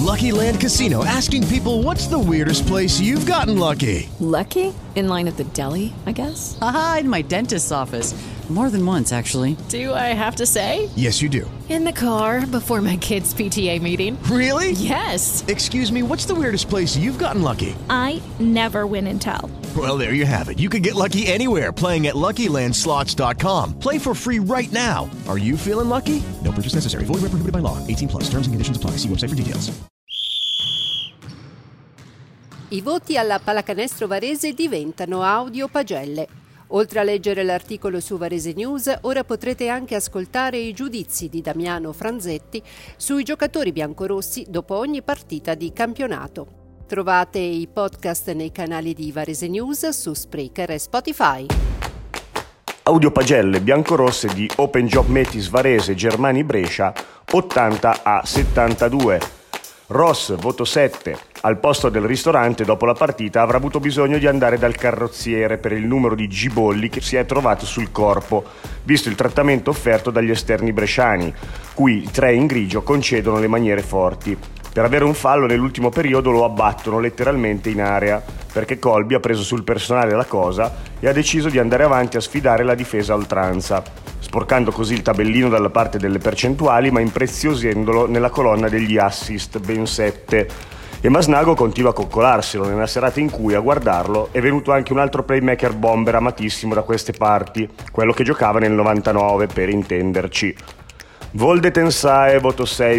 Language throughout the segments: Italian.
Lucky Land Casino, asking people, what's the weirdest place you've gotten lucky? Lucky? In line at the deli, I guess? Aha, in my dentist's office. More than once, actually. Do I have to say? Yes, you do. In the car before my kids' PTA meeting. Really? Yes. Excuse me, what's the weirdest place you've gotten lucky? I never win and tell. Well, there you have it. You can get lucky anywhere, playing at LuckyLandSlots.com. Play for free right now. Are you feeling lucky? No purchase necessary. Void where prohibited by law. 18+. Terms and conditions apply. See website for details. I voti alla pallacanestro Varese diventano audio pagelle. Oltre a leggere l'articolo su Varese News, ora potrete anche ascoltare i giudizi di Damiano Franzetti sui giocatori biancorossi dopo ogni partita di campionato. Trovate i podcast nei canali di Varese News su Spreaker e Spotify. Audiopagelle biancorosse di Open Job Metis Varese Germani Brescia 80-72. Ross, voto 7. Al posto del ristorante dopo la partita avrà avuto bisogno di andare dal carrozziere per il numero di gibolli che si è trovato sul corpo, visto il trattamento offerto dagli esterni bresciani, cui i 3 in grigio concedono le maniere forti. Per avere un fallo nell'ultimo periodo lo abbattono letteralmente in area, perché Colby ha preso sul personale la cosa e ha deciso di andare avanti a sfidare la difesa a oltranza, sporcando così il tabellino dalla parte delle percentuali ma impreziosendolo nella colonna degli assist, ben 7. E Masnago continua a coccolarselo nella serata in cui a guardarlo è venuto anche un altro playmaker bomber amatissimo da queste parti, quello che giocava nel 99 per intenderci. Volde Tensae, voto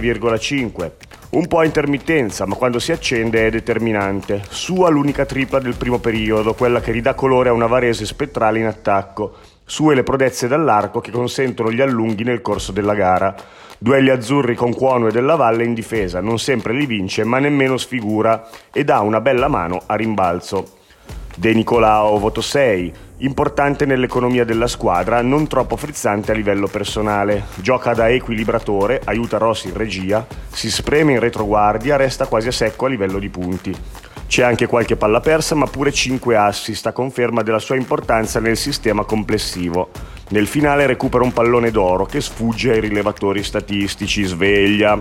6,5. Un po' a intermittenza, ma quando si accende è determinante. Sua l'unica tripla del primo periodo, quella che ridà colore a una Varese spettrale in attacco. Sue le prodezze dall'arco che consentono gli allunghi nel corso della gara. Duelli azzurri con Cuono e Della Valle in difesa, non sempre li vince ma nemmeno sfigura e dà una bella mano a rimbalzo. De Nicolao, voto 6, importante nell'economia della squadra, non troppo frizzante a livello personale. Gioca da equilibratore, aiuta Rossi in regia, si spreme in retroguardia, resta quasi a secco a livello di punti. C'è anche qualche palla persa ma pure 5 assist a conferma della sua importanza nel sistema complessivo. Nel finale recupera un pallone d'oro che sfugge ai rilevatori statistici, sveglia.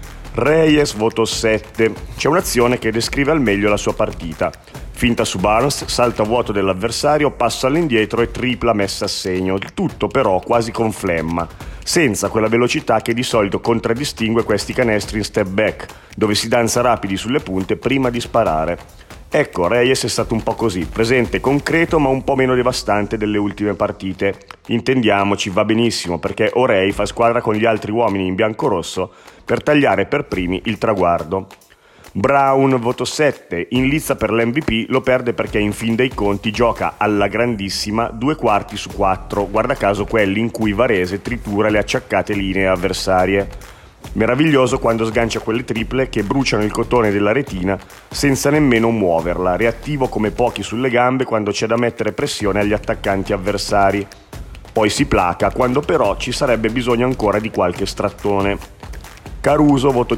Reyes, voto 7. C'è un'azione che descrive al meglio la sua partita. Finta su Barnes, salta a vuoto dell'avversario, passa all'indietro e tripla messa a segno. Il tutto però quasi con flemma, senza quella velocità che di solito contraddistingue questi canestri in step back, dove si danza rapidi sulle punte prima di sparare. Ecco, Reyes è stato un po' così, presente, concreto ma un po' meno devastante delle ultime partite. Intendiamoci, va benissimo perché Orei fa squadra con gli altri uomini in biancorosso per tagliare per primi il traguardo. Brown, voto 7, in lizza per l'MVP, lo perde perché in fin dei conti gioca alla grandissima 2 quarti su 4, guarda caso quelli in cui Varese tritura le acciaccate linee avversarie. Meraviglioso quando sgancia quelle triple che bruciano il cotone della retina senza nemmeno muoverla, reattivo come pochi sulle gambe quando c'è da mettere pressione agli attaccanti avversari. Poi si placa quando però ci sarebbe bisogno ancora di qualche strattone. Caruso, voto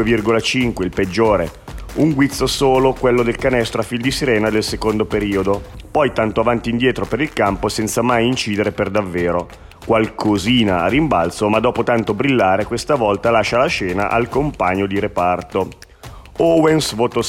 5,5, il peggiore. Un guizzo solo, quello del canestro a fil di sirena del secondo periodo. Poi tanto avanti e indietro per il campo senza mai incidere per davvero. Qualcosina a rimbalzo, ma dopo tanto brillare questa volta lascia la scena al compagno di reparto. Owens, voto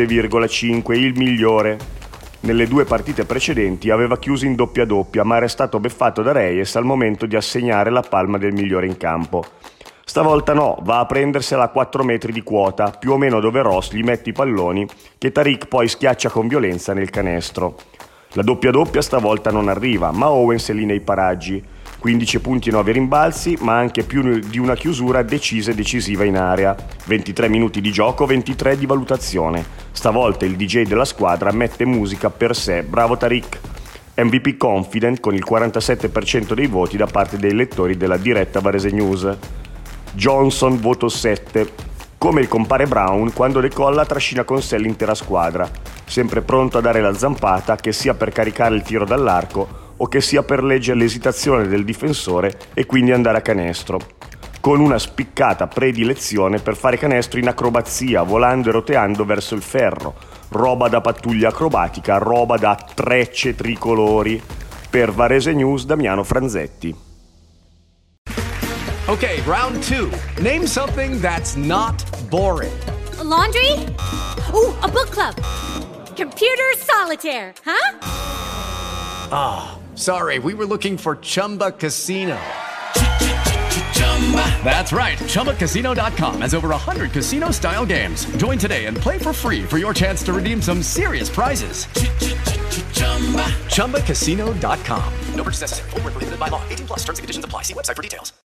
7,5, il migliore. Nelle 2 partite precedenti aveva chiuso in doppia ma era stato beffato da Reyes al momento di assegnare la palma del migliore in campo. Stavolta no, va a prendersela a 4 metri di quota, più o meno dove Ross gli mette i palloni che Tariq poi schiaccia con violenza nel canestro. La doppia stavolta non arriva, ma Owens è lì nei paraggi. 15 punti e 9 rimbalzi, ma anche più di una chiusura decisa e decisiva in area. 23 minuti di gioco, 23 di valutazione. Stavolta il DJ della squadra mette musica per sé, bravo Tariq. MVP confident con il 47% dei voti da parte dei lettori della diretta Varese News. Johnson, voto 7. Come il compare Brown, quando decolla trascina con sé l'intera squadra, sempre pronto a dare la zampata, che sia per caricare il tiro dall'arco o che sia per leggere l'esitazione del difensore e quindi andare a canestro. Con una spiccata predilezione per fare canestro in acrobazia, volando e roteando verso il ferro. Roba da pattuglia acrobatica, roba da trecce tricolori. Per Varese News, Damiano Franzetti. Okay, round 2. Name something that's not boring. laundry? Ooh, a book club. Computer solitaire, huh? Ah, sorry, we were looking for Chumba Casino. That's right, ChumbaCasino.com has over 100 casino-style games. Join today and play for free for your chance to redeem some serious prizes. ChumbaCasino.com. No purchase necessary. Void where prohibited by law. 18+ terms and conditions apply. See website for details.